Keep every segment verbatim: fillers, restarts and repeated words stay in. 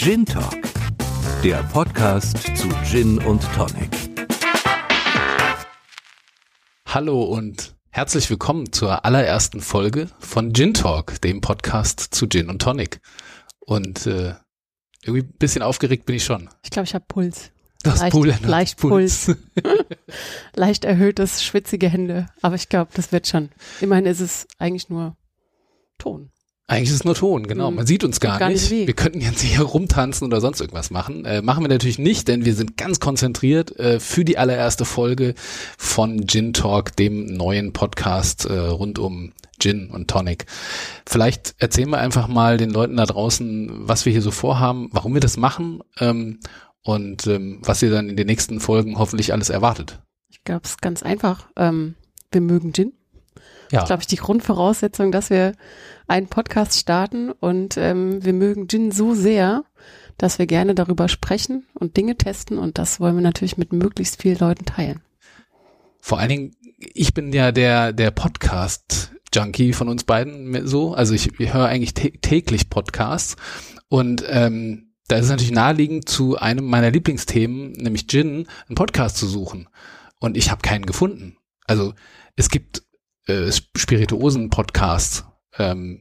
Gin Talk, der Podcast zu Gin und Tonic. Hallo und herzlich willkommen zur allerersten Folge von Gin Talk, dem Podcast zu Gin und Tonic. Und äh, irgendwie ein bisschen aufgeregt bin ich schon. Ich glaube, ich habe Puls. Das leicht, Puls. Leicht Puls. Puls. Leicht erhöhtes, schwitzige Hände. Aber ich glaube, das wird schon. Immerhin ist es eigentlich nur Ton. Eigentlich ist es nur Ton, genau. Man sieht uns gar, gar nicht. nicht Wir könnten jetzt hier rumtanzen oder sonst irgendwas machen. Äh, machen wir natürlich nicht, denn wir sind ganz konzentriert äh, für die allererste Folge von Gin Talk, dem neuen Podcast äh, rund um Gin und Tonic. Vielleicht erzählen wir einfach mal den Leuten da draußen, was wir hier so vorhaben, warum wir das machen ähm, und ähm, was ihr dann in den nächsten Folgen hoffentlich alles erwartet. Ich glaube, es ist ganz einfach. Ähm, wir mögen Gin. Ja. Das ist, glaube ich, die Grundvoraussetzung, dass wir einen Podcast starten und ähm, wir mögen Gin so sehr, dass wir gerne darüber sprechen und Dinge testen und das wollen wir natürlich mit möglichst vielen Leuten teilen. Vor allen Dingen, ich bin ja der der Podcast-Junkie von uns beiden so, also ich, ich höre eigentlich tä- täglich Podcasts und ähm, da ist es natürlich naheliegend, zu einem meiner Lieblingsthemen, nämlich Gin, einen Podcast zu suchen und ich habe keinen gefunden. Also es gibt äh, Spirituosen-Podcasts, ähm,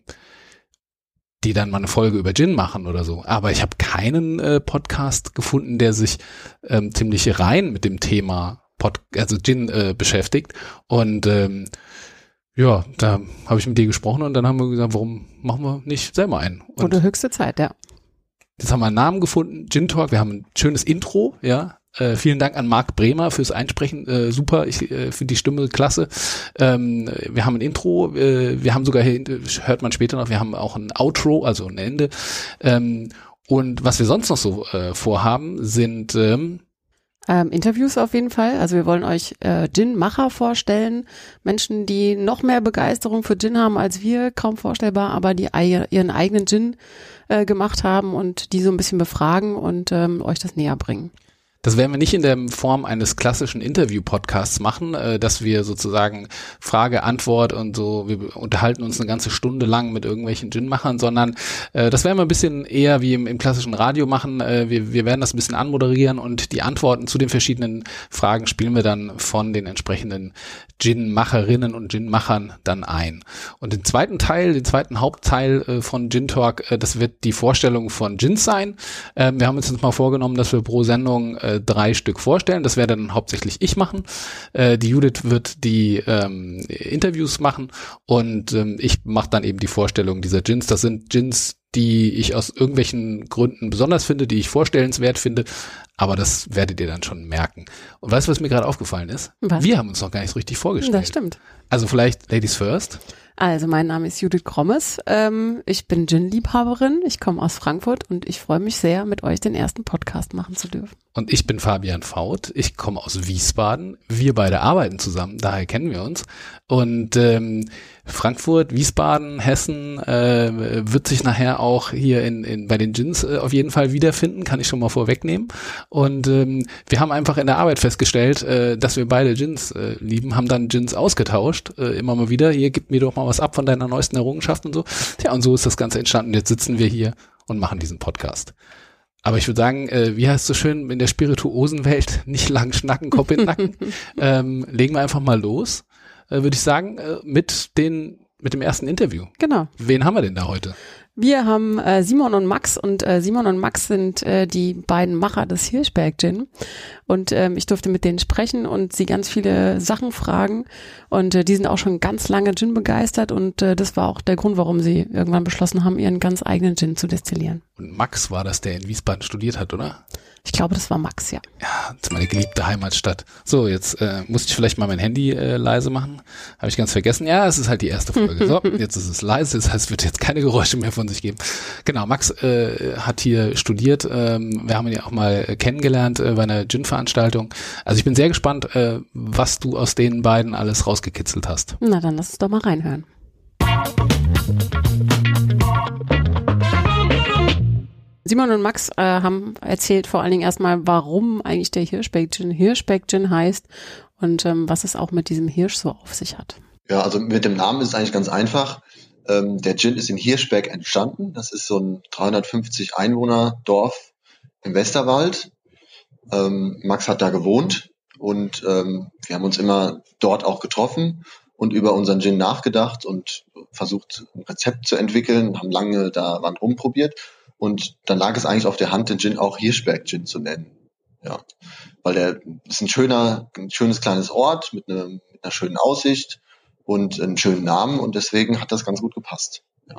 die dann mal eine Folge über Gin machen oder so. Aber ich habe keinen äh, Podcast gefunden, der sich ähm, ziemlich rein mit dem Thema Pod, also Gin äh, beschäftigt. Und ähm, ja, da habe ich mit dir gesprochen und dann haben wir gesagt, warum machen wir nicht selber einen? Und Oder höchste Zeit, ja. Jetzt haben wir einen Namen gefunden, Gin Talk. Wir haben ein schönes Intro, ja. Äh, vielen Dank an Marc Bremer fürs Einsprechen, äh, super, ich äh, finde die Stimme klasse. Ähm, wir haben ein Intro, äh, wir haben sogar, hier, hört man später noch, wir haben auch ein Outro, also ein Ende. Ähm, und was wir sonst noch so äh, vorhaben, sind ähm, Ähm, Interviews auf jeden Fall. Also wir wollen euch äh, Gin-Macher vorstellen. Menschen, die noch mehr Begeisterung für Gin haben als wir, kaum vorstellbar, aber die ei- ihren eigenen Gin äh, gemacht haben und die so ein bisschen befragen und ähm, euch das näher bringen. Das werden wir nicht in der Form eines klassischen Interview-Podcasts machen, äh, dass wir sozusagen Frage, Antwort und so, wir unterhalten uns eine ganze Stunde lang mit irgendwelchen Gin-Machern, sondern äh, das werden wir ein bisschen eher wie im, im klassischen Radio machen. Äh, wir, wir werden das ein bisschen anmoderieren und die Antworten zu den verschiedenen Fragen spielen wir dann von den entsprechenden Gin-Macherinnen und Gin-Machern dann ein. Und den zweiten Teil, den zweiten Hauptteil äh, von Gin Talk, äh, das wird die Vorstellung von Gins sein. Äh, wir haben uns jetzt mal vorgenommen, dass wir pro Sendung äh, drei Stück vorstellen. Das werde dann hauptsächlich ich machen. Äh, die Judith wird die ähm, Interviews machen und ähm, ich mache dann eben die Vorstellung dieser Gins. Das sind Gins, die ich aus irgendwelchen Gründen besonders finde, die ich vorstellenswert finde, aber das werdet ihr dann schon merken. Und weißt du, was mir gerade aufgefallen ist? Was? Wir haben uns noch gar nicht so richtig vorgestellt. Das stimmt. Also vielleicht Ladies first. Also mein Name ist Judith Krommes. Ähm, ich bin Gin-Liebhaberin. Ich komme aus Frankfurt und ich freue mich sehr, mit euch den ersten Podcast machen zu dürfen. Und ich bin Fabian Faut. Ich komme aus Wiesbaden. Wir beide arbeiten zusammen, daher kennen wir uns. Und ähm, Frankfurt, Wiesbaden, Hessen äh, wird sich nachher auch hier in, in bei den Gins äh, auf jeden Fall wiederfinden, kann ich schon mal vorwegnehmen. Und ähm, wir haben einfach in der Arbeit festgestellt, äh, dass wir beide Gins äh, lieben, haben dann Gins ausgetauscht, äh, immer mal wieder. Hier, gib mir doch mal was ab von deiner neuesten Errungenschaft und so. Tja, und so ist das Ganze entstanden. Jetzt sitzen wir hier und machen diesen Podcast. Aber ich würde sagen, äh, wie heißt es so schön in der Spirituosenwelt, nicht lang schnacken, Kopf in den Nacken. ähm, legen wir einfach mal los, äh, würde ich sagen, äh, mit den mit dem ersten Interview. Genau. Wen haben wir denn da heute? Wir haben äh, Simon und Max und äh, Simon und Max sind äh, die beiden Macher des Hirschberg Gin und ähm, ich durfte mit denen sprechen und sie ganz viele Sachen fragen und äh, die sind auch schon ganz lange Gin begeistert und äh, das war auch der Grund, warum sie irgendwann beschlossen haben, ihren ganz eigenen Gin zu destillieren. Und Max war das, der in Wiesbaden studiert hat, oder? Ich glaube, das war Max, ja. Ja, das ist meine geliebte Heimatstadt. So, jetzt äh, musste ich vielleicht mal mein Handy äh, leise machen. Habe ich ganz vergessen. Ja, es ist halt die erste Folge. So, jetzt ist es leise, das heißt, es wird jetzt keine Geräusche mehr von sich geben. Genau, Max äh, hat hier studiert. Ähm, wir haben ihn ja auch mal äh, kennengelernt äh, bei einer Gin-Veranstaltung. Also ich bin sehr gespannt, äh, was du aus den beiden alles rausgekitzelt hast. Na, dann lass uns doch mal reinhören. Simon und Max äh, haben erzählt vor allen Dingen erstmal, warum eigentlich der Hirschberg Gin Hirschberg Gin heißt und ähm, was es auch mit diesem Hirsch so auf sich hat. Ja, also mit dem Namen ist es eigentlich ganz einfach. Ähm, der Gin ist in Hirschberg entstanden. Das ist so ein dreihundertfünfzig Einwohner Dorf im Westerwald. Ähm, Max hat da gewohnt und ähm, wir haben uns immer dort auch getroffen und über unseren Gin nachgedacht und versucht, ein Rezept zu entwickeln, haben lange daran rumprobiert und dann lag es eigentlich auf der Hand, den Gin auch Hirschberg Gin zu nennen. Ja, weil der ist ein schöner, ein schönes kleines Ort mit, eine, mit einer schönen Aussicht und einen schönen Namen und deswegen hat das ganz gut gepasst. Ja.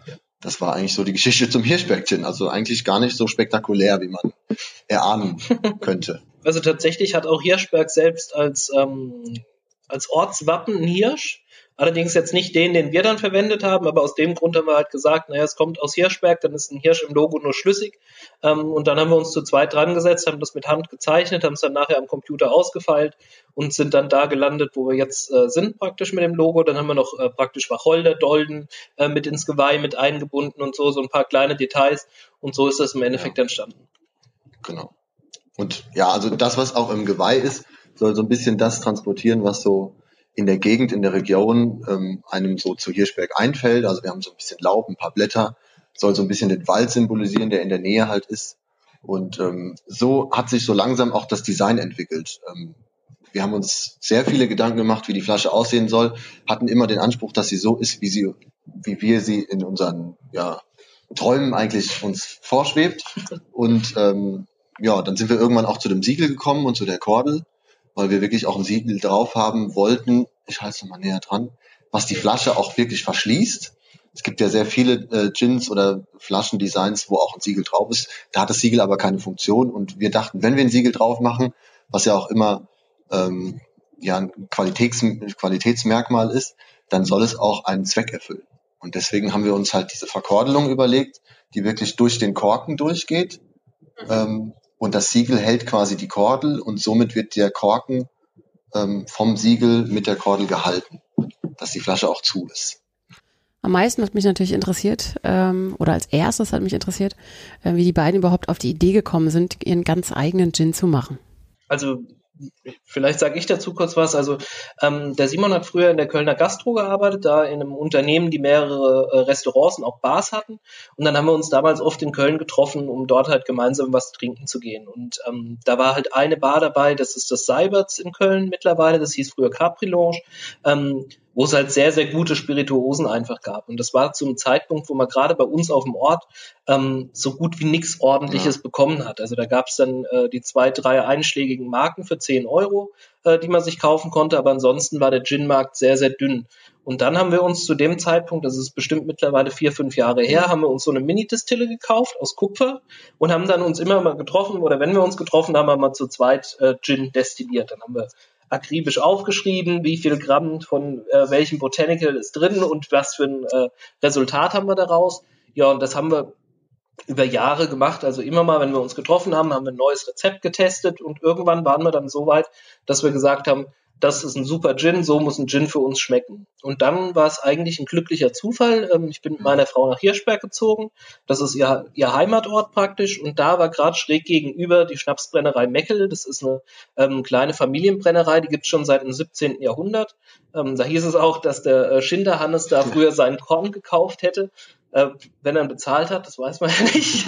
Das war eigentlich so die Geschichte zum Hirschberg Gin, also eigentlich gar nicht so spektakulär, wie man erahnen könnte. Also tatsächlich hat auch Hirschberg selbst als ähm, als Ortswappen einen Hirsch. Allerdings jetzt nicht den, den wir dann verwendet haben, aber aus dem Grund haben wir halt gesagt, naja, es kommt aus Hirschberg, dann ist ein Hirsch im Logo nur schlüssig. Ähm, und dann haben wir uns zu zweit dran gesetzt, haben das mit Hand gezeichnet, haben es dann nachher am Computer ausgefeilt und sind dann da gelandet, wo wir jetzt äh, sind praktisch mit dem Logo. Dann haben wir noch äh, praktisch Wacholder, Dolden äh, mit ins Geweih mit eingebunden und so, so ein paar kleine Details. Und so ist das im Endeffekt ja entstanden. Genau. Und ja, also das, was auch im Geweih ist, soll so ein bisschen das transportieren, was so in der Gegend, in der Region ähm, einem so zu Hirschberg einfällt. Also wir haben so ein bisschen Laub, ein paar Blätter, soll so ein bisschen den Wald symbolisieren, der in der Nähe halt ist. Und ähm, so hat sich so langsam auch das Design entwickelt. Ähm, wir haben uns sehr viele Gedanken gemacht, wie die Flasche aussehen soll, hatten immer den Anspruch, dass sie so ist, wie sie, wie wir sie in unseren ja, Träumen eigentlich uns vorschwebt. Und ähm, ja, dann sind wir irgendwann auch zu dem Siegel gekommen und zu der Kordel, weil wir wirklich auch ein Siegel drauf haben wollten, ich halte es nochmal näher dran, was die Flasche auch wirklich verschließt. Es gibt ja sehr viele äh, Gins oder Flaschendesigns, wo auch ein Siegel drauf ist. Da hat das Siegel aber keine Funktion und wir dachten, wenn wir ein Siegel drauf machen, was ja auch immer ähm, ja ein Qualitäts- Qualitätsmerkmal ist, dann soll es auch einen Zweck erfüllen. Und deswegen haben wir uns halt diese Verkordelung überlegt, die wirklich durch den Korken durchgeht. Mhm. Ähm, und das Siegel hält quasi die Kordel und somit wird der Korken ähm, vom Siegel mit der Kordel gehalten, dass die Flasche auch zu ist. Am meisten hat mich natürlich interessiert, ähm, oder als erstes hat mich interessiert, äh, wie die beiden überhaupt auf die Idee gekommen sind, ihren ganz eigenen Gin zu machen. Also vielleicht sage ich dazu kurz was. Also ähm, der Simon hat früher in der Kölner Gastro gearbeitet, da in einem Unternehmen, die mehrere äh, Restaurants und auch Bars hatten. Und dann haben wir uns damals oft in Köln getroffen, um dort halt gemeinsam was trinken zu gehen. Und ähm, da war halt eine Bar dabei, das ist das Seiberts in Köln mittlerweile, das hieß früher Capri Lounge, ähm, wo es halt sehr, sehr gute Spirituosen einfach gab. Und das war zu einem Zeitpunkt, wo man gerade bei uns auf dem Ort ähm, so gut wie nichts Ordentliches ja. bekommen hat. Also da gab es dann äh, die zwei, drei einschlägigen Marken für zehn Euro, äh, die man sich kaufen konnte, aber ansonsten war der Gin-Markt sehr, sehr dünn. Und dann haben wir uns zu dem Zeitpunkt, das ist bestimmt mittlerweile vier, fünf Jahre her, haben wir uns so eine Mini-Distille gekauft aus Kupfer und haben dann uns immer mal getroffen, oder wenn wir uns getroffen haben, haben wir mal zu zweit äh, Gin destilliert. Dann haben wir akribisch aufgeschrieben, wie viel Gramm von äh, welchem Botanical ist drin und was für ein äh, Resultat haben wir daraus. Ja, und das haben wir über Jahre gemacht. Also immer mal, wenn wir uns getroffen haben, haben wir ein neues Rezept getestet und irgendwann waren wir dann so weit, dass wir gesagt haben, das ist ein super Gin, so muss ein Gin für uns schmecken. Und dann war es eigentlich ein glücklicher Zufall. Ich bin mit meiner Frau nach Hirschberg gezogen. Das ist ihr, ihr Heimatort praktisch. Und da war gerade schräg gegenüber die Schnapsbrennerei Meckel. Das ist eine ähm, kleine Familienbrennerei, die gibt es schon seit dem siebzehnten Jahrhundert. Ähm, da hieß es auch, dass der äh, Schinderhannes da früher seinen Korn gekauft hätte. Äh, wenn er ihn bezahlt hat, das weiß man ja nicht.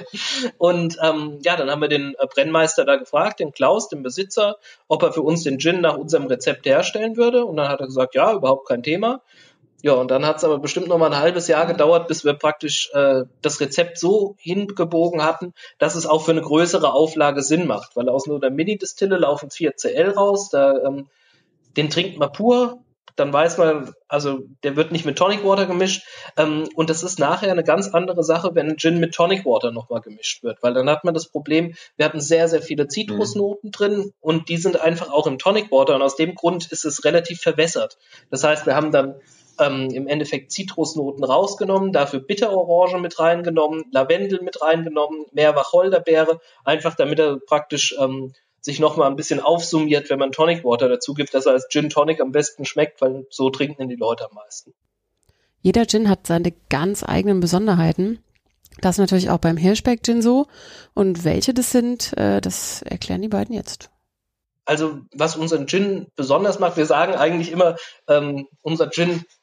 Und ähm, ja, dann haben wir den äh, Brennmeister da gefragt, den Klaus, den Besitzer, ob er für uns den Gin nach unserem Rezept herstellen würde. Und dann hat er gesagt, ja, überhaupt kein Thema. Ja, und dann hat es aber bestimmt noch mal ein halbes Jahr gedauert, bis wir praktisch äh, das Rezept so hingebogen hatten, dass es auch für eine größere Auflage Sinn macht. Weil aus nur der Mini-Distille laufen vier C L raus, da, ähm, den trinkt man pur. Dann weiß man, also der wird nicht mit Tonic Water gemischt. Ähm, und das ist nachher eine ganz andere Sache, wenn ein Gin mit Tonic Water nochmal gemischt wird. Weil dann hat man das Problem, wir hatten sehr, sehr viele Zitrusnoten mhm. drin und die sind einfach auch im Tonic Water. Und aus dem Grund ist es relativ verwässert. Das heißt, wir haben dann ähm, im Endeffekt Zitrusnoten rausgenommen, dafür Bitterorange mit reingenommen, Lavendel mit reingenommen, mehr Wacholderbeere, einfach damit er praktisch ähm, sich nochmal ein bisschen aufsummiert, wenn man Tonic Water dazu gibt, dass er als Gin Tonic am besten schmeckt, weil so trinken ihn die Leute am meisten. Jeder Gin hat seine ganz eigenen Besonderheiten. Das ist natürlich auch beim Hirschberg Gin so. Und welche das sind, das erklären die beiden jetzt. Also was unseren Gin besonders macht, wir sagen eigentlich immer, ähm, unser Gin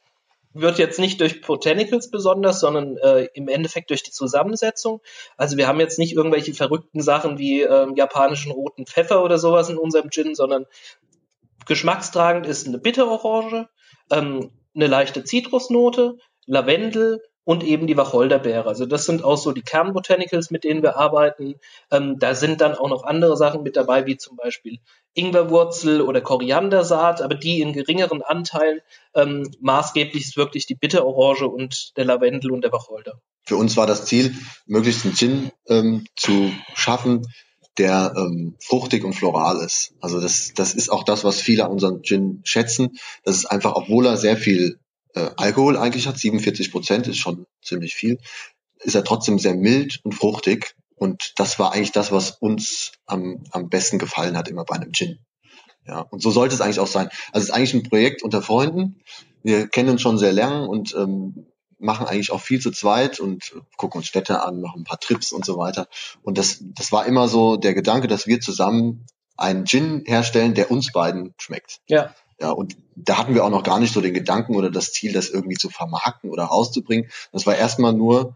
wird jetzt nicht durch Botanicals besonders, sondern äh, im Endeffekt durch die Zusammensetzung. Also wir haben jetzt nicht irgendwelche verrückten Sachen wie äh, japanischen roten Pfeffer oder sowas in unserem Gin, sondern geschmackstragend ist eine Bitterorange, ähm, eine leichte Zitrusnote, Lavendel und eben die Wacholderbeere. Also das sind auch so die Kernbotanicals, mit denen wir arbeiten. Ähm, da sind dann auch noch andere Sachen mit dabei, wie zum Beispiel Ingwerwurzel oder Koriandersaat, aber die in geringeren Anteilen. Ähm, maßgeblich ist wirklich die Bitterorange und der Lavendel und der Wacholder. Für uns war das Ziel, möglichst einen Gin ähm, zu schaffen, der ähm, fruchtig und floral ist. Also das, das ist auch das, was viele an unserem Gin schätzen. Das ist einfach, obwohl er sehr viel äh, Alkohol eigentlich hat, siebenundvierzig Prozent ist schon ziemlich viel, ist er trotzdem sehr mild und fruchtig. Und das war eigentlich das, was uns am, am besten gefallen hat, immer bei einem Gin. Ja, und so sollte es eigentlich auch sein. Also es ist eigentlich ein Projekt unter Freunden. Wir kennen uns schon sehr lang und ähm, machen eigentlich auch viel zu zweit und gucken uns Städte an, machen ein paar Trips und so weiter. Und das, das war immer so der Gedanke, dass wir zusammen einen Gin herstellen, der uns beiden schmeckt. Ja. Ja, und da hatten wir auch noch gar nicht so den Gedanken oder das Ziel, das irgendwie zu vermarkten oder rauszubringen. Das war erstmal nur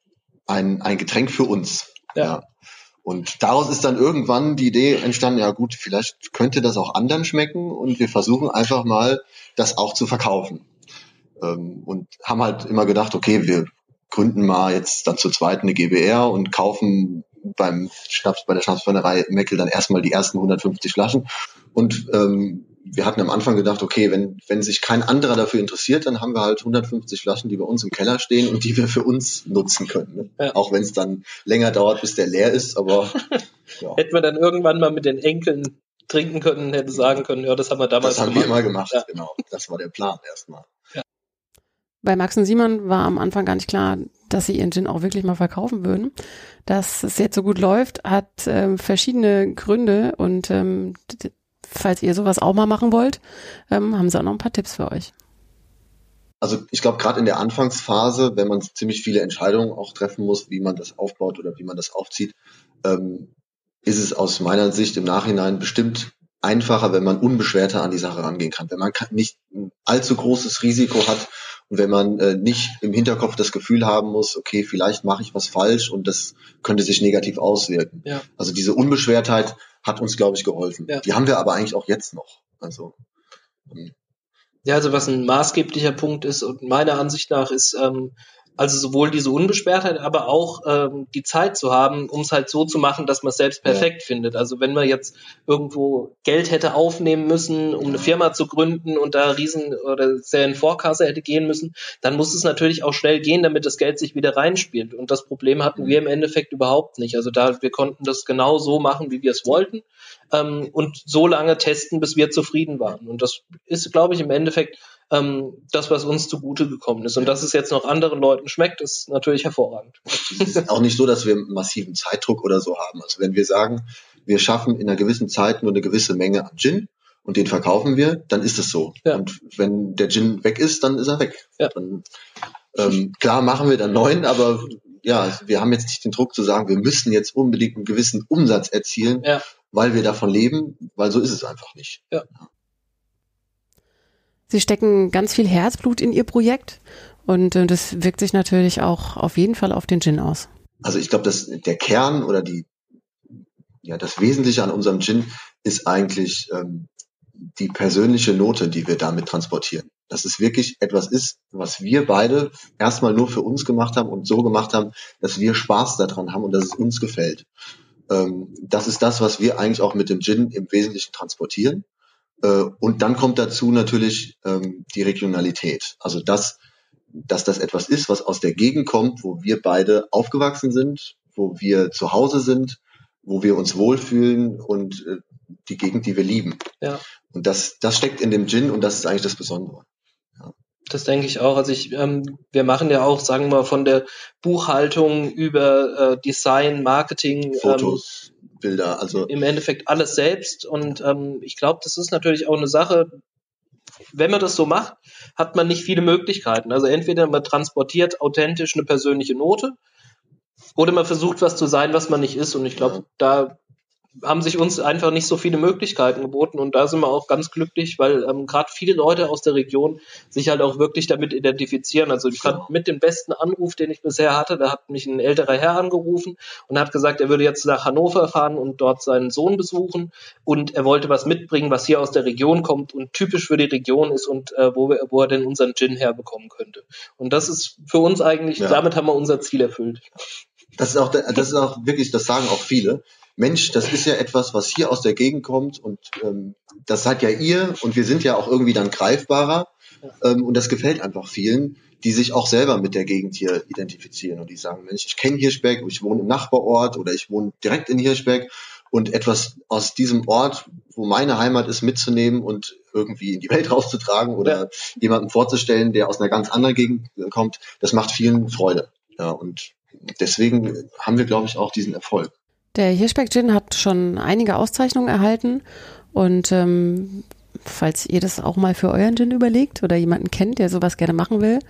ein, ein Getränk für uns. Ja. Ja. Und daraus ist dann irgendwann die Idee entstanden, ja gut, vielleicht könnte das auch anderen schmecken und wir versuchen einfach mal, das auch zu verkaufen. Ähm, und haben halt immer gedacht, okay, wir gründen mal jetzt dann zu zweit eine G b R und kaufen beim Schnaps, bei der Schnapsbrennerei Meckel dann erstmal die ersten hundertfünfzig Flaschen. Und ähm, wir hatten am Anfang gedacht, okay, wenn wenn sich kein anderer dafür interessiert, dann haben wir halt hundertfünfzig Flaschen, die bei uns im Keller stehen und die wir für uns nutzen können. Ne? Ja. Auch wenn es dann länger dauert, bis der leer ist, aber ja. Hätten wir dann irgendwann mal mit den Enkeln trinken können, hätten sagen können, ja, das haben wir damals gemacht. Das haben gemacht. wir immer gemacht, ja. Genau. Das war der Plan erstmal. Ja. Bei Max und Simon war am Anfang gar nicht klar, dass sie ihren Gin auch wirklich mal verkaufen würden. Dass es jetzt so gut läuft, hat ähm, verschiedene Gründe und ähm, d- falls ihr sowas auch mal machen wollt, ähm, haben sie auch noch ein paar Tipps für euch. Also ich glaube, gerade in der Anfangsphase, wenn man ziemlich viele Entscheidungen auch treffen muss, wie man das aufbaut oder wie man das aufzieht, ähm, ist es aus meiner Sicht im Nachhinein bestimmt einfacher, wenn man unbeschwerter an die Sache rangehen kann. Wenn man nicht ein allzu großes Risiko hat und wenn man äh, nicht im Hinterkopf das Gefühl haben muss, okay, vielleicht mache ich was falsch und das könnte sich negativ auswirken. Ja. Also diese Unbeschwertheit hat uns, glaube ich, geholfen. Ja. Die haben wir aber eigentlich auch jetzt noch. Also ähm, Ja, also was ein maßgeblicher Punkt ist und meiner Ansicht nach ist, ähm, also sowohl diese Unbeschwertheit, aber auch ähm, die Zeit zu haben, um es halt so zu machen, dass man es selbst perfekt ja. findet. Also wenn man jetzt irgendwo Geld hätte aufnehmen müssen, um eine Firma zu gründen und da riesen oder sehr in Vorkasse hätte gehen müssen, dann muss es natürlich auch schnell gehen, damit das Geld sich wieder reinspielt. Und das Problem hatten wir im Endeffekt überhaupt nicht. Also da wir konnten das genau so machen, wie wir es wollten. Ähm, und so lange testen, bis wir zufrieden waren. Und das ist, glaube ich, im Endeffekt ähm, das, was uns zugute gekommen ist. Und dass es jetzt noch anderen Leuten schmeckt, ist natürlich hervorragend. Es ist auch nicht so, dass wir massiven Zeitdruck oder so haben. Also wenn wir sagen, wir schaffen in einer gewissen Zeit nur eine gewisse Menge an Gin und den verkaufen wir, dann ist es so. Ja. Und wenn der Gin weg ist, dann ist er weg. Ja. Dann, ähm, klar machen wir dann neuen, aber ja, wir haben jetzt nicht den Druck zu sagen, wir müssen jetzt unbedingt einen gewissen Umsatz erzielen, ja. weil wir davon leben, weil so ist es einfach nicht. Ja. Sie stecken ganz viel Herzblut in Ihr Projekt und äh, das wirkt sich natürlich auch auf jeden Fall auf den Gin aus. Also ich glaube, dass der Kern oder die, ja, das Wesentliche an unserem Gin ist eigentlich ähm, die persönliche Note, die wir damit transportieren. Dass es wirklich etwas ist, was wir beide erstmal nur für uns gemacht haben und so gemacht haben, dass wir Spaß daran haben und dass es uns gefällt. Ähm, das ist das, was wir eigentlich auch mit dem Gin im Wesentlichen transportieren. Äh, und dann kommt dazu natürlich ähm, die Regionalität. Also dass, dass das etwas ist, was aus der Gegend kommt, wo wir beide aufgewachsen sind, wo wir zu Hause sind, wo wir uns wohlfühlen und äh, die Gegend, die wir lieben. Ja. Und das, das steckt in dem Gin und das ist eigentlich das Besondere. Ja. Das denke ich auch. Also ich, ähm, wir machen ja auch, sagen wir mal, von der Buchhaltung über äh, Design, Marketing, Fotos, ähm, Bilder, also im Endeffekt alles selbst. Und ähm, ich glaube, das ist natürlich auch eine Sache, wenn man das so macht, hat man nicht viele Möglichkeiten. Also entweder man transportiert authentisch eine persönliche Note oder man versucht, was zu sein, was man nicht ist. Und ich glaube, ja. da haben sich uns einfach nicht so viele Möglichkeiten geboten und da sind wir auch ganz glücklich, weil ähm, gerade viele Leute aus der Region sich halt auch wirklich damit identifizieren. Also ich fand mit dem besten Anruf, den ich bisher hatte, da hat mich ein älterer Herr angerufen und hat gesagt, er würde jetzt nach Hannover fahren und dort seinen Sohn besuchen und er wollte was mitbringen, was hier aus der Region kommt und typisch für die Region ist und äh, wo, wir, wo er denn unseren Gin herbekommen könnte. Und das ist für uns eigentlich, ja. Damit haben wir unser Ziel erfüllt. Das ist auch, das ist auch wirklich, das sagen auch viele. Mensch, das ist ja etwas, was hier aus der Gegend kommt und ähm, das seid ja ihr und wir sind ja auch irgendwie dann greifbarer ähm, und das gefällt einfach vielen, die sich auch selber mit der Gegend hier identifizieren und die sagen, Mensch, ich kenne Hirschberg, ich wohne im Nachbarort oder ich wohne direkt in Hirschberg und etwas aus diesem Ort, wo meine Heimat ist, mitzunehmen und irgendwie in die Welt rauszutragen oder ja. jemanden vorzustellen, der aus einer ganz anderen Gegend kommt, das macht vielen Freude. Ja, und deswegen haben wir, glaube ich, auch diesen Erfolg. Der Hirschberg Gin hat schon einige Auszeichnungen erhalten und ähm, falls ihr das auch mal für euren Gin überlegt oder jemanden kennt, der sowas gerne machen will,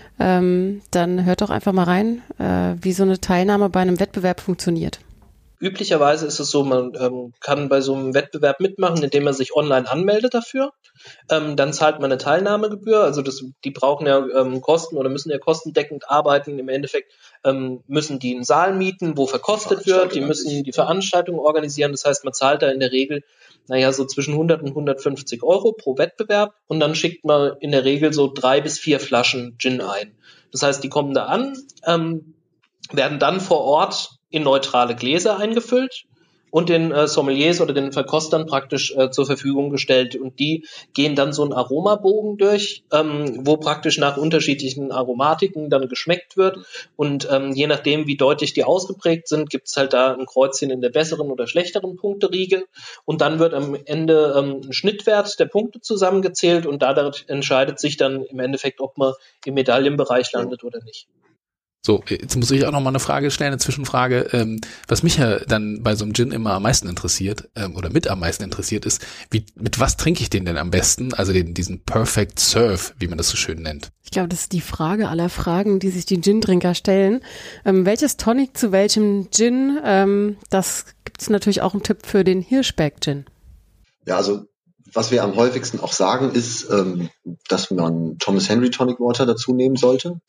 ähm, dann hört doch einfach mal rein, äh, wie so eine Teilnahme bei einem Wettbewerb funktioniert. Üblicherweise ist es so, man ähm, kann bei so einem Wettbewerb mitmachen, indem man sich online anmeldet dafür. Ähm, dann zahlt man eine Teilnahmegebühr. Also das, die brauchen ja ähm, Kosten oder müssen ja kostendeckend arbeiten. Im Endeffekt ähm, müssen die einen Saal mieten, wo verkostet wird. Die müssen die Veranstaltung organisieren. Das heißt, man zahlt da in der Regel, naja, so zwischen hundert und hundertfünfzig Euro pro Wettbewerb. Und dann schickt man in der Regel so drei bis vier Flaschen Gin ein. Das heißt, die kommen da an, ähm, werden dann vor Ort in neutrale Gläser eingefüllt und den äh, Sommeliers oder den Verkostern praktisch äh, zur Verfügung gestellt. Und die gehen dann so einen Aromabogen durch, ähm, wo praktisch nach unterschiedlichen Aromatiken dann geschmeckt wird. Und ähm, je nachdem, wie deutlich die ausgeprägt sind, gibt es halt da ein Kreuzchen in der besseren oder schlechteren Punkteriege. Und dann wird am Ende ähm, ein Schnittwert der Punkte zusammengezählt und dadurch entscheidet sich dann im Endeffekt, ob man im Medaillenbereich landet oder nicht. So, jetzt muss ich auch noch mal eine Frage stellen, eine Zwischenfrage. Ähm, was mich ja dann bei so einem Gin immer am meisten interessiert, ähm, oder mit am meisten interessiert ist, wie, mit was trinke ich den denn am besten? Also den, diesen Perfect Serve, wie man das so schön nennt. Ich glaube, das ist die Frage aller Fragen, die sich die Gin-Trinker stellen. Ähm, welches Tonic zu welchem Gin? Ähm, das gibt's natürlich auch einen Tipp für den Hirschberg-Gin. Ja, also was wir am häufigsten auch sagen, ist, ähm, dass man Thomas Henry Tonic Water dazu nehmen sollte.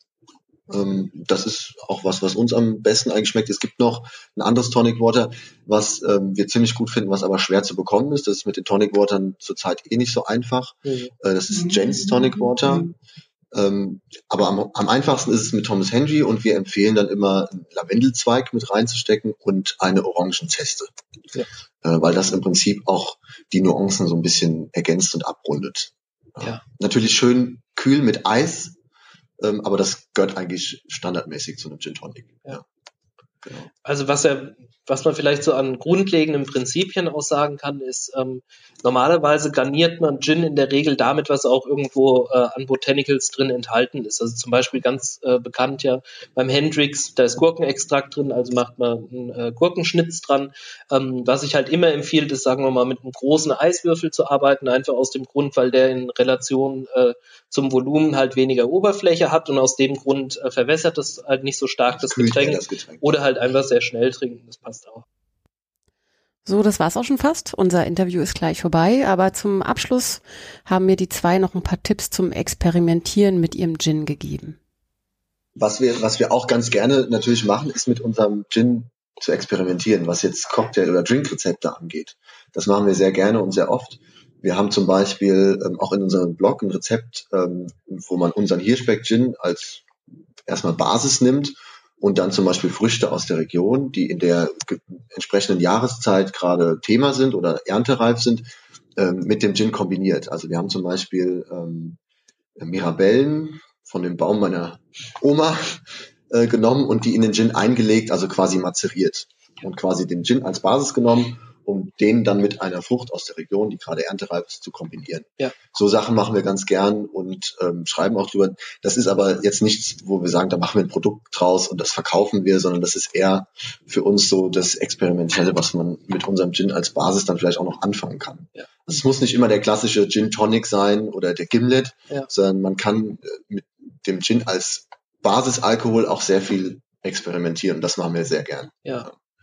Das ist auch was, was uns am besten eigentlich schmeckt. Es gibt noch ein anderes Tonic Water, was ähm, wir ziemlich gut finden, was aber schwer zu bekommen ist. Das ist mit den Tonic Watern zurzeit eh nicht so einfach. Mhm. Äh, das ist Jens Tonic Water. Mhm. Ähm, aber am, am einfachsten ist es mit Thomas Henry und wir empfehlen dann immer einen Lavendelzweig mit reinzustecken und eine Orangenzeste. Ja. Äh, weil das im Prinzip auch die Nuancen so ein bisschen ergänzt und abrundet. Ja. Natürlich schön kühl mit Eis. Ähm, aber das gehört eigentlich standardmäßig zu einem Gin Tonic. Ja. Genau. Also was er, was man vielleicht so an grundlegenden Prinzipien aussagen kann, ist, ähm, normalerweise garniert man Gin in der Regel damit, was auch irgendwo äh, an Botanicals drin enthalten ist. Also zum Beispiel ganz äh, bekannt ja beim Hendrix, da ist Gurkenextrakt drin, also macht man einen äh, Gurkenschnitz dran. Ähm, was ich halt immer empfiehlt, ist, sagen wir mal, mit einem großen Eiswürfel zu arbeiten, einfach aus dem Grund, weil der in Relation äh, zum Volumen halt weniger Oberfläche hat und aus dem Grund äh, verwässert das halt nicht so stark das, das Getränk, das Getränk oder halt einfach sehr schnell trinken, das passt auch. So, das war's auch schon fast. Unser Interview ist gleich vorbei, aber zum Abschluss haben mir die zwei noch ein paar Tipps zum Experimentieren mit ihrem Gin gegeben. Was wir, was wir auch ganz gerne natürlich machen, ist mit unserem Gin zu experimentieren, was jetzt Cocktail- oder Drinkrezepte angeht. Das machen wir sehr gerne und sehr oft. Wir haben zum Beispiel ähm, auch in unserem Blog ein Rezept, ähm, wo man unseren Hirschberg Gin als erstmal Basis nimmt und dann zum Beispiel Früchte aus der Region, die in der ge- entsprechenden Jahreszeit gerade Thema sind oder erntereif sind, ähm, mit dem Gin kombiniert. Also wir haben zum Beispiel ähm, Mirabellen von dem Baum meiner Oma äh, genommen und die in den Gin eingelegt, also quasi mazeriert und quasi den Gin als Basis genommen, um den dann mit einer Frucht aus der Region, die gerade erntereif ist, zu kombinieren. Ja. So Sachen machen wir ganz gern und ähm, schreiben auch drüber. Das ist aber jetzt nichts, wo wir sagen, da machen wir ein Produkt draus und das verkaufen wir, sondern das ist eher für uns so das Experimentelle, was man mit unserem Gin als Basis dann vielleicht auch noch anfangen kann. Ja. Also es muss nicht immer der klassische Gin Tonic sein oder der Gimlet, ja. sondern man kann mit dem Gin als Basisalkohol auch sehr viel experimentieren. Das machen wir sehr gern. Ja.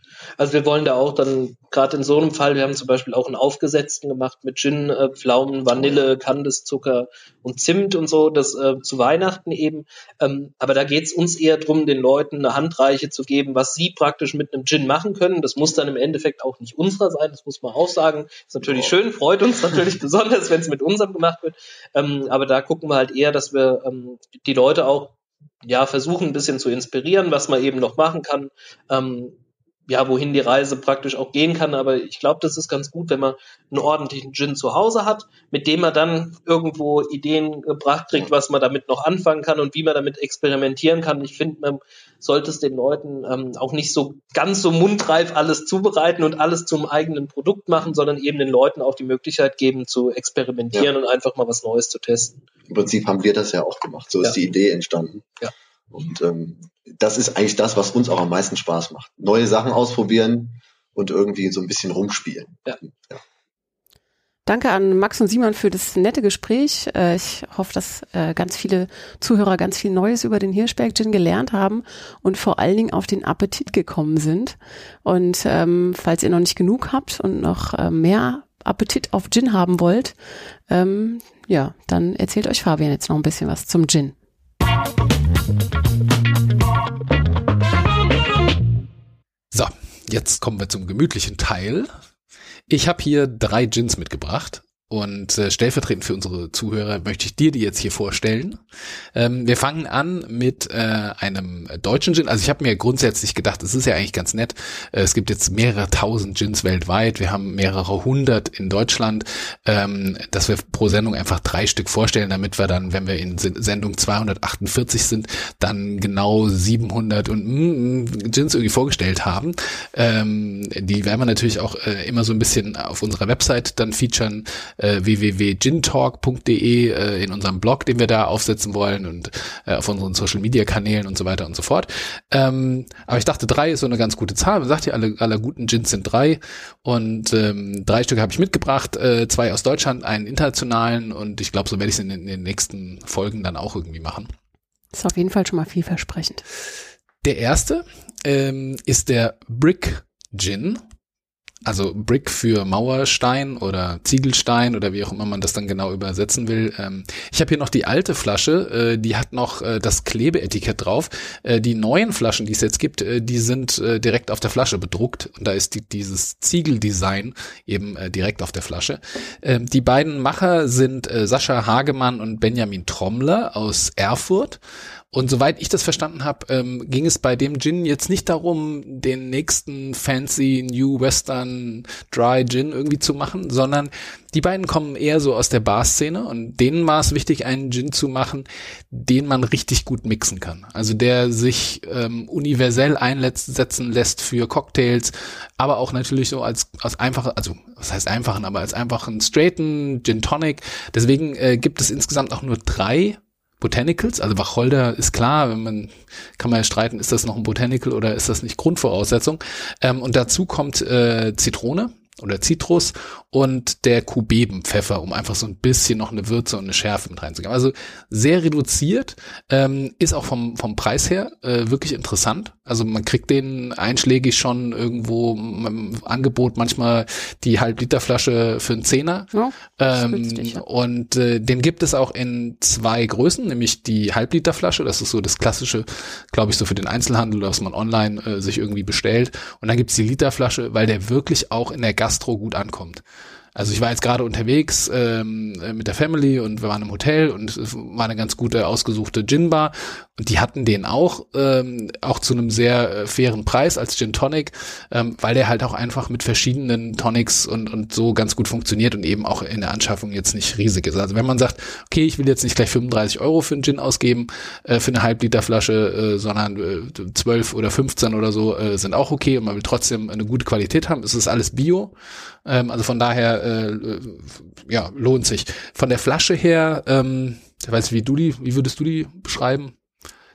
Also wir wollen da auch dann, gerade in so einem Fall, wir haben zum Beispiel auch einen aufgesetzten gemacht mit Gin, äh, Pflaumen, Vanille, Kandiszucker und Zimt und so, das äh, zu Weihnachten eben. Ähm, aber da geht es uns eher darum, den Leuten eine Handreiche zu geben, was sie praktisch mit einem Gin machen können. Das muss dann im Endeffekt auch nicht unserer sein, das muss man auch sagen. Ist natürlich schön, freut uns natürlich besonders, wenn es mit unserem gemacht wird. Ähm, aber da gucken wir halt eher, dass wir ähm, die Leute auch ja versuchen, ein bisschen zu inspirieren, was man eben noch machen kann. Ähm, ja, wohin die Reise praktisch auch gehen kann, aber ich glaube, das ist ganz gut, wenn man einen ordentlichen Gin zu Hause hat, mit dem man dann irgendwo Ideen gebracht kriegt, was man damit noch anfangen kann und wie man damit experimentieren kann. Ich finde, man sollte es den Leuten ähm, auch nicht so ganz so mundreif alles zubereiten und alles zum eigenen Produkt machen, sondern eben den Leuten auch die Möglichkeit geben, zu experimentieren ja. und einfach mal was Neues zu testen. Im Prinzip haben wir das ja auch gemacht. So ja. ist die Idee entstanden. Ja. Und ähm, das ist eigentlich das, was uns auch am meisten Spaß macht. Neue Sachen ausprobieren und irgendwie so ein bisschen rumspielen. Ja. Ja. Danke an Max und Simon für das nette Gespräch. Ich hoffe, dass ganz viele Zuhörer ganz viel Neues über den Hirschberg Gin gelernt haben und vor allen Dingen auf den Appetit gekommen sind. Und ähm, falls ihr noch nicht genug habt und noch äh, mehr Appetit auf Gin haben wollt, ähm, ja, dann erzählt euch Fabian jetzt noch ein bisschen was zum Gin. So, jetzt kommen wir zum gemütlichen Teil. Ich habe hier drei Gins mitgebracht und äh, stellvertretend für unsere Zuhörer möchte ich dir die jetzt hier vorstellen. Ähm, wir fangen an mit äh, einem deutschen Gin. Also ich habe mir grundsätzlich gedacht, es ist ja eigentlich ganz nett. Äh, es gibt jetzt mehrere tausend Gins weltweit. Wir haben mehrere hundert in Deutschland, ähm, dass wir pro Sendung einfach drei Stück vorstellen, damit wir dann, wenn wir in Sendung zweihundertachtundvierzig sind, dann genau siebenhundert und mm, Gins irgendwie vorgestellt haben. Ähm, die werden wir natürlich auch äh, immer so ein bisschen auf unserer Website dann featuren, w w w punkt gin talk punkt d e äh, in unserem Blog, den wir da aufsetzen wollen und äh, auf unseren Social-Media-Kanälen und so weiter und so fort. Ähm, aber ich dachte, drei ist so eine ganz gute Zahl. Man sagt ja, alle, alle guten Gins sind drei und ähm, drei Stück habe ich mitgebracht, äh, zwei aus Deutschland, einen internationalen und ich glaube, so werde ich es in, in den nächsten Folgen dann auch irgendwie machen. Ist auf jeden Fall schon mal vielversprechend. Der erste ähm, ist der Brick Gin. Also Brick für Mauerstein oder Ziegelstein oder wie auch immer man das dann genau übersetzen will. Ähm, ich habe hier noch die alte Flasche, äh, die hat noch äh, das Klebeetikett drauf. Äh, die neuen Flaschen, die es jetzt gibt, äh, die sind äh, direkt auf der Flasche bedruckt und da ist die, dieses Ziegeldesign eben äh, direkt auf der Flasche. Ähm, die beiden Macher sind äh, Sascha Hagemann und Benjamin Trommler aus Erfurt. Und soweit ich das verstanden habe, ähm, ging es bei dem Gin jetzt nicht darum, den nächsten fancy New Western Dry Gin irgendwie zu machen, sondern die beiden kommen eher so aus der Bar-Szene und denen war es wichtig, einen Gin zu machen, den man richtig gut mixen kann. Also der sich ähm, universell einsetzen lässt für Cocktails, aber auch natürlich so als, als einfache, also was heißt einfachen, aber als einfachen straighten Gin Tonic. Deswegen äh, gibt es insgesamt auch nur drei Botanicals, also Wacholder ist klar, wenn man kann man ja streiten, ist das noch ein Botanical oder ist das nicht Grundvoraussetzung. Ähm, und dazu kommt äh, Zitrone oder Zitrus und der Kubebenpfeffer, um einfach so ein bisschen noch eine Würze und eine Schärfe mit reinzugeben. Also sehr reduziert, ähm, ist auch vom vom Preis her äh, wirklich interessant. Also man kriegt den einschlägig schon irgendwo im Angebot, manchmal die Halb-Liter-Flasche für einen Zehner. Ja, ähm, günstig, ja. Und äh, den gibt es auch in zwei Größen, nämlich die Halb-Liter-Flasche, das ist so das klassische, glaube ich, so für den Einzelhandel, was man online äh, sich irgendwie bestellt. Und dann gibt's die Literflasche, weil der wirklich auch in der Gastro gut ankommt. Also ich war jetzt gerade unterwegs ähm, mit der Family und wir waren im Hotel und es war eine ganz gute ausgesuchte Gin-Bar und die hatten den auch, ähm, auch zu einem sehr äh, fairen Preis als Gin Tonic, ähm, weil der halt auch einfach mit verschiedenen Tonics und und so ganz gut funktioniert und eben auch in der Anschaffung jetzt nicht riesig ist. Also wenn man sagt, okay, ich will jetzt nicht gleich fünfunddreißig Euro für einen Gin ausgeben, äh, für eine Halb-Liter-Flasche, äh, sondern äh, zwölf oder fünfzehn oder so äh, sind auch okay und man will trotzdem eine gute Qualität haben. Es ist alles Bio, ähm, also von daher äh, ja, lohnt sich. Von der Flasche her, ähm, ich weiß nicht, wie du die, wie würdest du die beschreiben?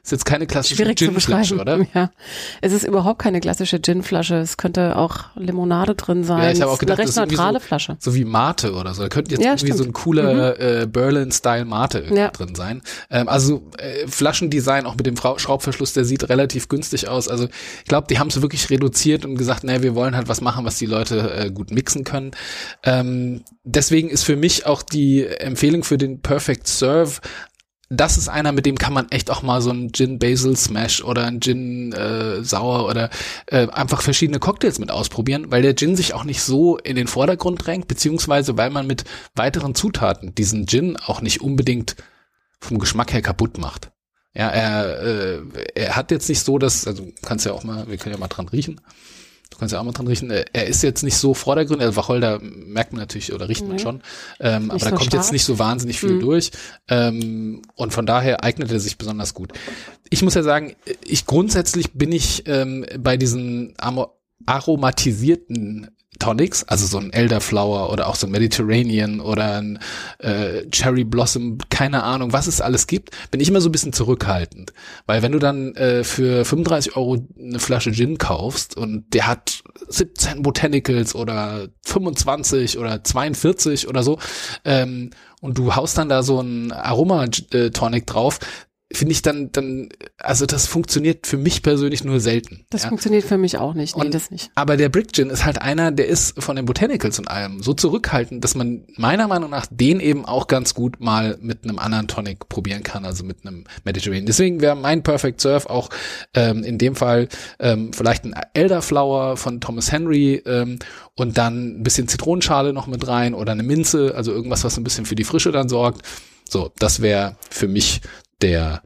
Ist jetzt keine klassische Schwierig zu Gin-Flasche, beschreiben. oder? Ja, es ist überhaupt keine klassische Gin-Flasche. Es könnte auch Limonade drin sein. Ja, ich habe auch Es ist gedacht, eine das recht ist neutrale so, Flasche. so wie Mate oder so. Da könnte jetzt Ja, irgendwie stimmt. so ein cooler äh, Berlin-Style Mate irgendwie Ja. drin sein. Ähm, also äh, Flaschendesign auch mit dem Fra- Schraubverschluss, der sieht relativ günstig aus. Also ich glaube, die haben es wirklich reduziert und gesagt, naja, wir wollen halt was machen, was die Leute äh, gut mixen können. Ähm, deswegen ist für mich auch die Empfehlung für den Perfect Serve, das ist einer, mit dem kann man echt auch mal so einen Gin Basil Smash oder einen Gin äh, Sauer oder äh, einfach verschiedene Cocktails mit ausprobieren, weil der Gin sich auch nicht so in den Vordergrund drängt, beziehungsweise weil man mit weiteren Zutaten diesen Gin auch nicht unbedingt vom Geschmack her kaputt macht. Ja, er, äh, er hat jetzt nicht so, dass, also kannst ja auch mal, wir können ja mal dran riechen. Du kannst ja auch mal dran riechen. Er ist jetzt nicht so vordergründig, also Wacholder merkt man natürlich oder riecht man Nee. schon, ähm, aber Nicht da so kommt stark. jetzt nicht so wahnsinnig viel Mhm. durch, ähm, und von daher eignet er sich besonders gut. Ich muss ja sagen, ich grundsätzlich bin ich ähm, bei diesen amo- aromatisierten Tonics, also so ein Elderflower oder auch so ein Mediterranean oder ein äh, Cherry Blossom, keine Ahnung, was es alles gibt, bin ich immer so ein bisschen zurückhaltend. Weil wenn du dann äh, für fünfunddreißig Euro eine Flasche Gin kaufst und der hat siebzehn Botanicals oder fünfundzwanzig oder zweiundvierzig oder so, ähm, und du haust dann da so ein Aroma-Tonic drauf, finde ich dann, dann, also das funktioniert für mich persönlich nur selten. Das ja. funktioniert für mich auch nicht. Nee, Und- das nicht. Aber der Brick Gin ist halt einer, der ist von den Botanicals und allem so zurückhaltend, dass man meiner Meinung nach den eben auch ganz gut mal mit einem anderen Tonic probieren kann, also mit einem Mediterranean. Deswegen wäre mein Perfect Serve auch ähm, in dem Fall ähm, vielleicht ein Elderflower von Thomas Henry ähm, und dann ein bisschen Zitronenschale noch mit rein oder eine Minze, also irgendwas, was ein bisschen für die Frische dann sorgt. So, das wäre für mich der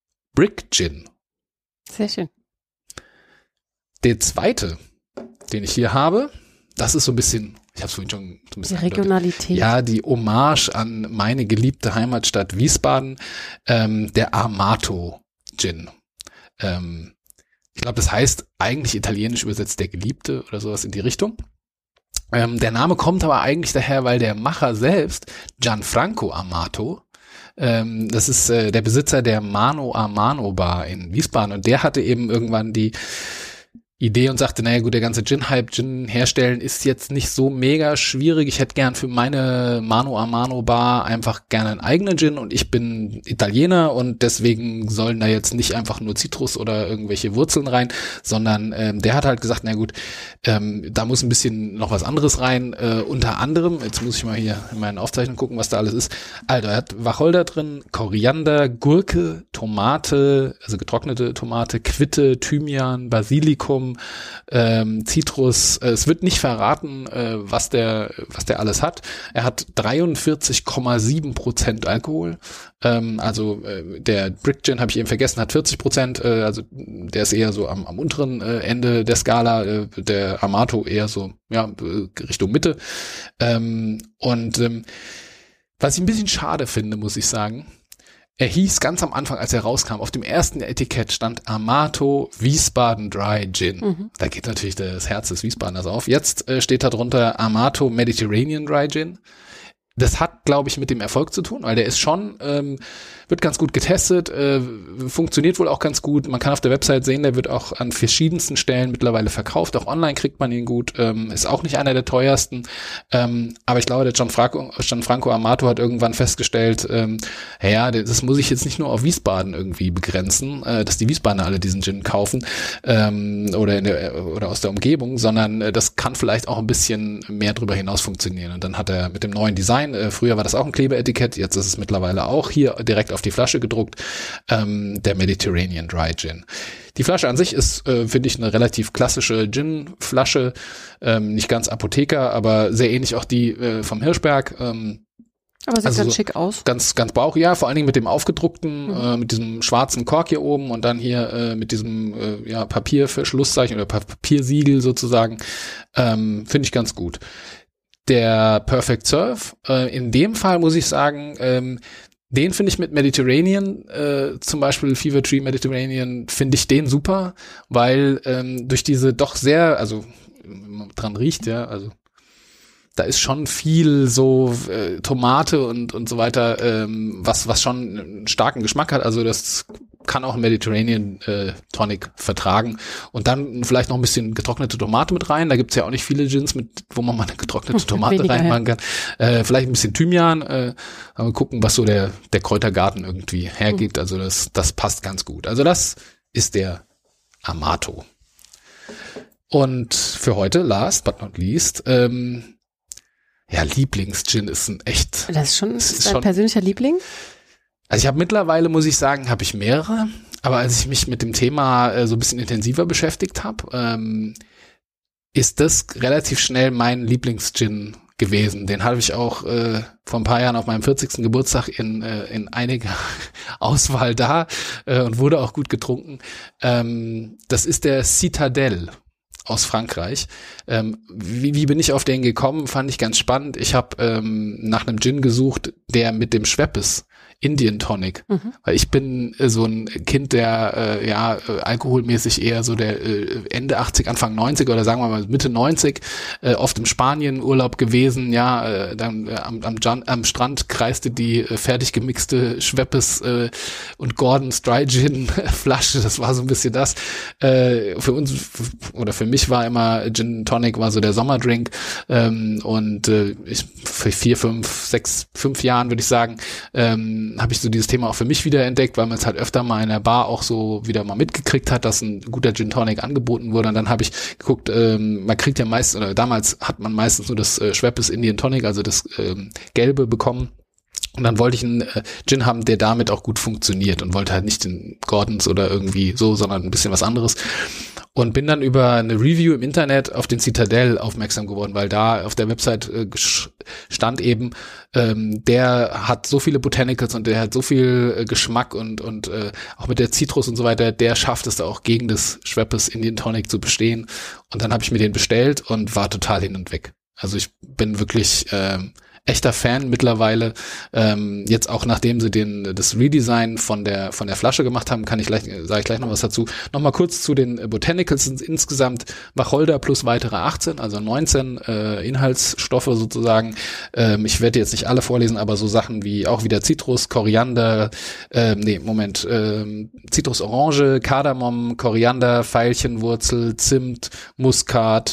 Brick Gin. Sehr schön. Der zweite, den ich hier habe, das ist so ein bisschen, ich habe es vorhin schon so ein Die bisschen angedeutet. Regionalität. Ja, die Hommage an meine geliebte Heimatstadt Wiesbaden, ähm, der Amato Gin. Ähm, ich glaube, das heißt eigentlich italienisch übersetzt der Geliebte oder sowas in die Richtung. Ähm, der Name kommt aber eigentlich daher, weil der Macher selbst, Gianfranco Amato, ähm, das ist äh, der Besitzer der Mano a Mano Bar in Wiesbaden und der hatte eben irgendwann die Idee und sagte, naja gut, der ganze Gin-Hype, Gin herstellen ist jetzt nicht so mega schwierig. Ich hätte gern für meine Mano a Mano Bar einfach gerne einen eigenen Gin und ich bin Italiener und deswegen sollen da jetzt nicht einfach nur Zitrus oder irgendwelche Wurzeln rein, sondern ähm, der hat halt gesagt, na gut, ähm, da muss ein bisschen noch was anderes rein. Äh, unter anderem, jetzt muss ich mal hier in meinen Aufzeichnungen gucken, was da alles ist. Also er hat Wacholder drin, Koriander, Gurke, Tomate, also getrocknete Tomate, Quitte, Thymian, Basilikum, ähm, Zitrus. Äh, es wird nicht verraten, äh, was der was der alles hat. Er hat dreiundvierzig Komma sieben Prozent Alkohol. Ähm, also äh, der Brick Gin, habe ich eben vergessen, hat vierzig Prozent. Äh, also der ist eher so am, am unteren äh, Ende der Skala. Äh, der Amato eher so ja Richtung Mitte. Ähm, und ähm, was ich ein bisschen schade finde, muss ich sagen, er hieß ganz am Anfang, als er rauskam, auf dem ersten Etikett stand Amato Wiesbaden Dry Gin. Mhm. Da geht natürlich das Herz des Wiesbadens auf. Jetzt äh, steht da drunter Amato Mediterranean Dry Gin. Das hat, glaube ich, mit dem Erfolg zu tun, weil der ist schon, ähm, wird ganz gut getestet, äh, funktioniert wohl auch ganz gut. Man kann auf der Website sehen, der wird auch an verschiedensten Stellen mittlerweile verkauft. Auch online kriegt man ihn gut. Ähm, ist auch nicht einer der teuersten. Ähm, aber ich glaube, der Gianfranco, Gianfranco Amato hat irgendwann festgestellt, ähm, ja, das muss ich jetzt nicht nur auf Wiesbaden irgendwie begrenzen, äh, dass die Wiesbadener alle diesen Gin kaufen ähm, oder, in der, oder aus der Umgebung, sondern äh, das kann vielleicht auch ein bisschen mehr drüber hinaus funktionieren. Und dann hat er mit dem neuen Design, äh, früher war das auch ein Klebeetikett, jetzt ist es mittlerweile auch hier direkt auf die Flasche gedruckt, ähm, der Mediterranean Dry Gin. Die Flasche an sich ist, äh, finde ich, eine relativ klassische Gin-Flasche, ähm, nicht ganz Apotheker, aber sehr ähnlich auch die äh, vom Hirschberg. Ähm, Aber sieht also ganz so schick aus. Ganz, ganz bauchig, ja, vor allen Dingen mit dem aufgedruckten, Mhm. äh, mit diesem schwarzen Kork hier oben und dann hier äh, mit diesem äh, ja, Papierverschlusszeichen oder Pa- Papiersiegel sozusagen, ähm, finde ich ganz gut. Der Perfect Serve, äh, in dem Fall muss ich sagen, ähm, den finde ich mit Mediterranean, äh, zum Beispiel Fever Tree Mediterranean, finde ich den super, weil ähm, durch diese doch sehr, also wenn man dran riecht, ja, also da ist schon viel so äh, Tomate und und so weiter, ähm, was was schon einen starken Geschmack hat. Also das kann auch ein Mediterranean äh, Tonic vertragen. Und dann vielleicht noch ein bisschen getrocknete Tomate mit rein. Da gibt's ja auch nicht viele Gins, mit wo man mal eine getrocknete Tomate Weniger, reinmachen kann. Äh, vielleicht ein bisschen Thymian. Äh, mal gucken, was so der der Kräutergarten irgendwie hergibt. Also das das passt ganz gut. Also das ist der Amato. Und für heute, last but not least, ähm, ja, Lieblings-Gin ist ein echt... Das ist schon ist ist dein schon, persönlicher Liebling? Also ich habe mittlerweile, muss ich sagen, habe ich mehrere. Aber als ich mich mit dem Thema äh, so ein bisschen intensiver beschäftigt habe, ähm, ist das relativ schnell mein Lieblings-Gin gewesen. Den habe ich auch äh, vor ein paar Jahren auf meinem vierzigsten Geburtstag in äh, in einiger Auswahl da äh, und wurde auch gut getrunken. Ähm, das ist der Citadel aus Frankreich. Ähm, wie, wie bin ich auf den gekommen? Fand ich ganz spannend. Ich habe ähm, nach einem Gin gesucht, der mit dem Schweppes Indian Tonic, mhm. weil ich bin äh, so ein Kind, der äh, ja äh, alkoholmäßig eher so der äh, Ende achtzig, Anfang neunzig oder sagen wir mal Mitte neunzig, äh, oft im Spanien Urlaub gewesen, ja, äh, dann äh, am, am, Jan, am Strand kreiste die äh, fertig gemixte Schweppes äh, und Gordon's Dry Gin Flasche, das war so ein bisschen das. Äh, für uns oder für mich war immer Gin Tonic war so der Sommerdrink ähm, und äh, ich für vier, fünf, sechs, fünf Jahren würde ich sagen, ähm, habe ich so dieses Thema auch für mich wieder entdeckt, weil man es halt öfter mal in der Bar auch so wieder mal mitgekriegt hat, dass ein guter Gin Tonic angeboten wurde. Und dann habe ich geguckt, ähm, man kriegt ja meist, oder damals hat man meistens nur das äh, Schweppes Indian Tonic, also das ähm, Gelbe bekommen. Und dann wollte ich einen äh, Gin haben, der damit auch gut funktioniert und wollte halt nicht den Gordons oder irgendwie so, sondern ein bisschen was anderes. Und bin dann über eine Review im Internet auf den Citadel aufmerksam geworden, weil da auf der Website äh, stand eben, ähm, der hat so viele Botanicals und der hat so viel äh, Geschmack und und äh, auch mit der Zitrus und so weiter, der schafft es da auch gegen das Schweppes Indian Tonic zu bestehen. Und dann habe ich mir den bestellt und war total hin und weg. Also ich bin wirklich ähm, echter Fan mittlerweile. Ähm, jetzt auch nachdem sie den das Redesign von der von der Flasche gemacht haben, kann ich gleich sage ich gleich noch was dazu. Noch mal kurz zu den Botanicals. Sind insgesamt Wacholder plus weitere achtzehn, also neunzehn äh, Inhaltsstoffe sozusagen. Ähm, ich werde jetzt nicht alle vorlesen, aber so Sachen wie auch wieder Zitrus, Koriander, äh, nee Moment, äh, Zitrusorange, Kardamom, Koriander, Veilchenwurzel, Zimt, Muskat.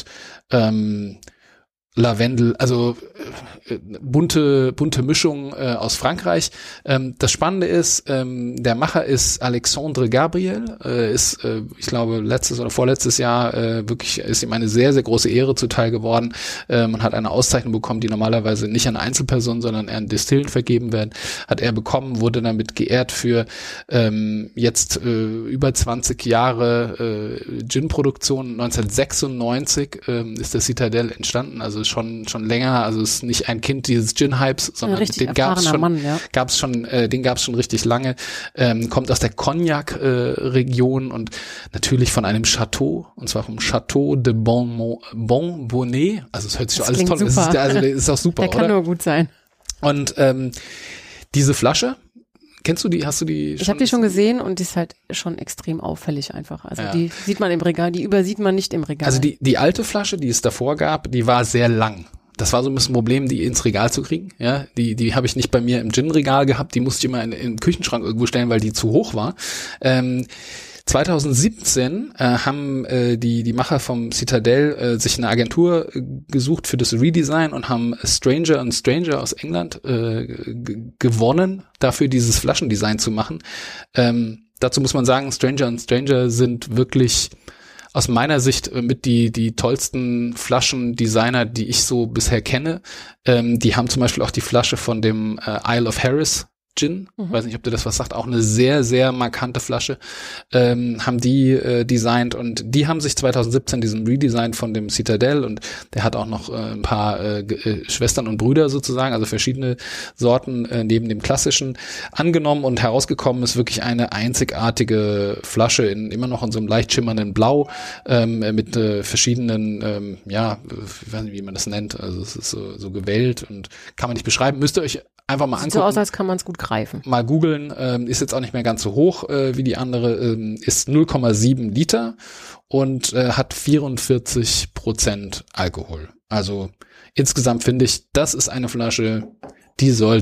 Ähm, Lavendel, also äh, bunte bunte Mischung äh, aus Frankreich. Ähm, das Spannende ist, ähm, der Macher ist Alexandre Gabriel, äh, ist, äh, ich glaube, letztes oder vorletztes Jahr äh, wirklich ist ihm eine sehr, sehr große Ehre zuteil geworden. Äh, man hat eine Auszeichnung bekommen, die normalerweise nicht an Einzelpersonen, sondern eher an Distillen vergeben werden. Hat er bekommen, wurde damit geehrt für ähm, jetzt äh, über zwanzig Jahre äh, Gin-Produktion. neunzehnhundertsechsundneunzig äh, ist der Citadel entstanden, also schon schon länger, also ist nicht ein Kind dieses Gin-Hypes, sondern richtig den gab's schon, Mann, ja. gab's schon, äh, den gab's schon richtig lange. Ähm, kommt aus der Cognac-Region äh, und natürlich von einem Chateau, und zwar vom Chateau de Bon Bonbonnet. Also es hört sich das schon alles toll. Super. Das ist, also, das ist auch super, der kann oder? nur gut sein. Und ähm, diese Flasche, kennst du die? Hast du die schon? Ich habe die schon gesehen und die ist halt schon extrem auffällig einfach. Also ja. Die sieht man im Regal, die übersieht man nicht im Regal. Also die die alte Flasche, die es davor gab, die war sehr lang. Das war so ein bisschen ein Problem, die ins Regal zu kriegen. Ja, die die habe ich nicht bei mir im Gin-Regal gehabt. Die musste ich immer in, in den Küchenschrank irgendwo stellen, weil die zu hoch war. Ähm, zweitausendsiebzehn äh, haben äh, die die Macher vom Citadel äh, sich eine Agentur äh, gesucht für das Redesign und haben Stranger and Stranger aus England äh, g- gewonnen, dafür dieses Flaschendesign zu machen. Ähm, dazu muss man sagen, Stranger and Stranger sind wirklich aus meiner Sicht mit die die tollsten Flaschendesigner, die ich so bisher kenne. Ähm, die haben zum Beispiel auch die Flasche von dem äh, Isle of Harris Gin, mhm. weiß nicht, ob dir das was sagt, auch eine sehr, sehr markante Flasche, ähm, haben die äh, designt und die haben sich zweitausendsiebzehn diesen Redesign von dem Citadel und der hat auch noch äh, ein paar äh, äh, Schwestern und Brüder sozusagen, also verschiedene Sorten äh, neben dem klassischen angenommen und herausgekommen ist wirklich eine einzigartige Flasche in immer noch in so einem leicht schimmernden Blau ähm, mit äh, verschiedenen, ähm, ja, ich weiß nicht, wie man das nennt, also es ist so, so gewellt und kann man nicht beschreiben, müsst ihr euch einfach mal Sieht angucken. so aus, als kann man es gut greifen. Mal googeln, ähm, ist jetzt auch nicht mehr ganz so hoch äh, wie die andere, ähm, ist null Komma sieben Liter und äh, hat vierundvierzig Prozent Alkohol. Also insgesamt finde ich, das ist eine Flasche, die sollte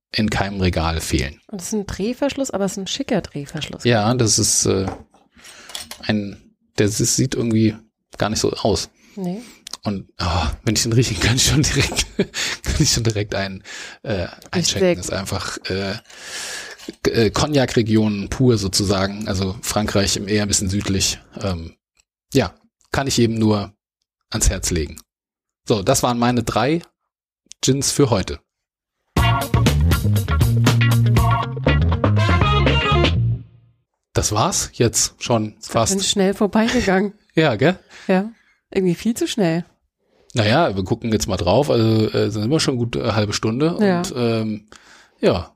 in keinem Regal fehlen. Und das ist ein Drehverschluss, aber es ist ein schicker Drehverschluss. Ja, das ist äh, ein, der das sieht irgendwie gar nicht so aus. Nee. Und oh, wenn ich den rieche, kann ich schon direkt, kann ich schon direkt ein, äh, einchecken. Das ist einfach äh, äh, Cognac-Region pur sozusagen. Also Frankreich eher ein bisschen südlich. Ähm, ja, kann ich eben nur ans Herz legen. So, das waren meine drei Gins für heute. Das war's jetzt schon Das fast. sind schnell vorbeigegangen. Ja, gell? Ja, irgendwie viel zu schnell. Naja, wir gucken jetzt mal drauf. Also äh, sind immer schon gut eine halbe Stunde. Ja. Und ähm, ja,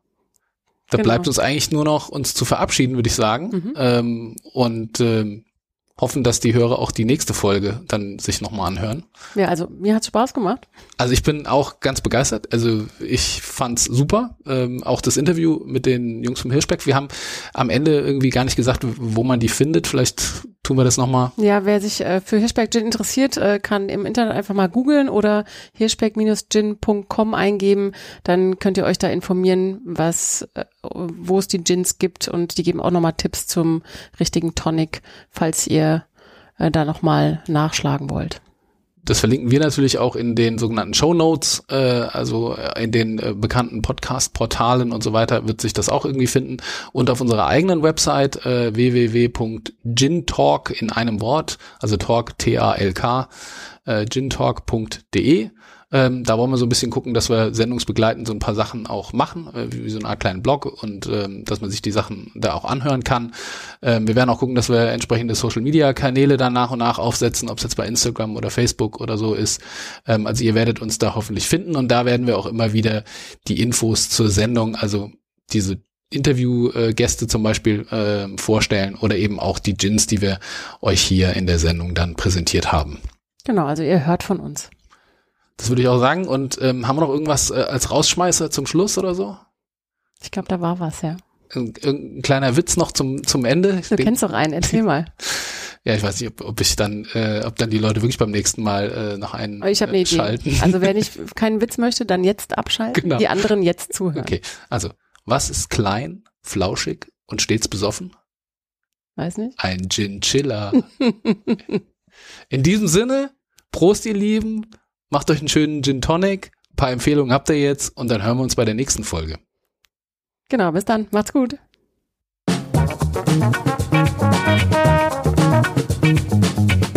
da Genau. bleibt uns eigentlich nur noch, uns zu verabschieden, würde ich sagen. Mhm. Ähm, und ähm, hoffen, dass die Hörer auch die nächste Folge dann sich nochmal anhören. Ja, also mir hat's Spaß gemacht. Also ich bin auch ganz begeistert. Also ich fand's super. Ähm, auch das Interview mit den Jungs vom Hirschberg. Wir haben am Ende irgendwie gar nicht gesagt, wo man die findet. Vielleicht tun wir das nochmal. Ja, wer sich äh, für Hirschberg Gin interessiert, äh, kann im Internet einfach mal googeln oder hirschberg gin punkt com eingeben. Dann könnt ihr euch da informieren, was, äh, wo es die Gins gibt, und die geben auch nochmal Tipps zum richtigen Tonic, falls ihr äh, da nochmal nachschlagen wollt. Das verlinken wir natürlich auch in den sogenannten Shownotes, äh, also in den äh, bekannten Podcast-Portalen und so weiter wird sich das auch irgendwie finden. Und auf unserer eigenen Website äh, w w w punkt gintalk in einem Wort, also Talk, T A L K, äh, gintalk punkt de. Ähm, da wollen wir so ein bisschen gucken, dass wir sendungsbegleitend so ein paar Sachen auch machen, äh, wie, wie so eine Art kleinen Blog, und ähm, dass man sich die Sachen da auch anhören kann. Ähm, wir werden auch gucken, dass wir entsprechende Social-Media-Kanäle dann nach und nach aufsetzen, ob es jetzt bei Instagram oder Facebook oder so ist. Ähm, also ihr werdet uns da hoffentlich finden, und da werden wir auch immer wieder die Infos zur Sendung, also diese Interviewgäste zum Beispiel äh, vorstellen oder eben auch die Gins, die wir euch hier in der Sendung dann präsentiert haben. Genau, also ihr hört von uns. Das würde ich auch sagen. Und ähm, haben wir noch irgendwas äh, als Rausschmeißer zum Schluss oder so? Ich glaube, da war was, ja. Ein, ein kleiner Witz noch zum zum Ende. Du Den, kennst doch einen, erzähl mal. ja, ich weiß nicht, ob, ob ich dann, äh, ob dann die Leute wirklich beim nächsten Mal äh, noch einen Ich habe eine äh, Idee. schalten. Also wer nicht keinen Witz möchte, dann jetzt abschalten, Genau. die anderen jetzt zuhören. Okay, also was ist klein, flauschig und stets besoffen? Weiß nicht. Ein Gin-Chiller. In diesem Sinne, Prost ihr Lieben, macht euch einen schönen Gin Tonic, ein paar Empfehlungen habt ihr jetzt, und dann hören wir uns bei der nächsten Folge. Genau, bis dann. Macht's gut. Thank you.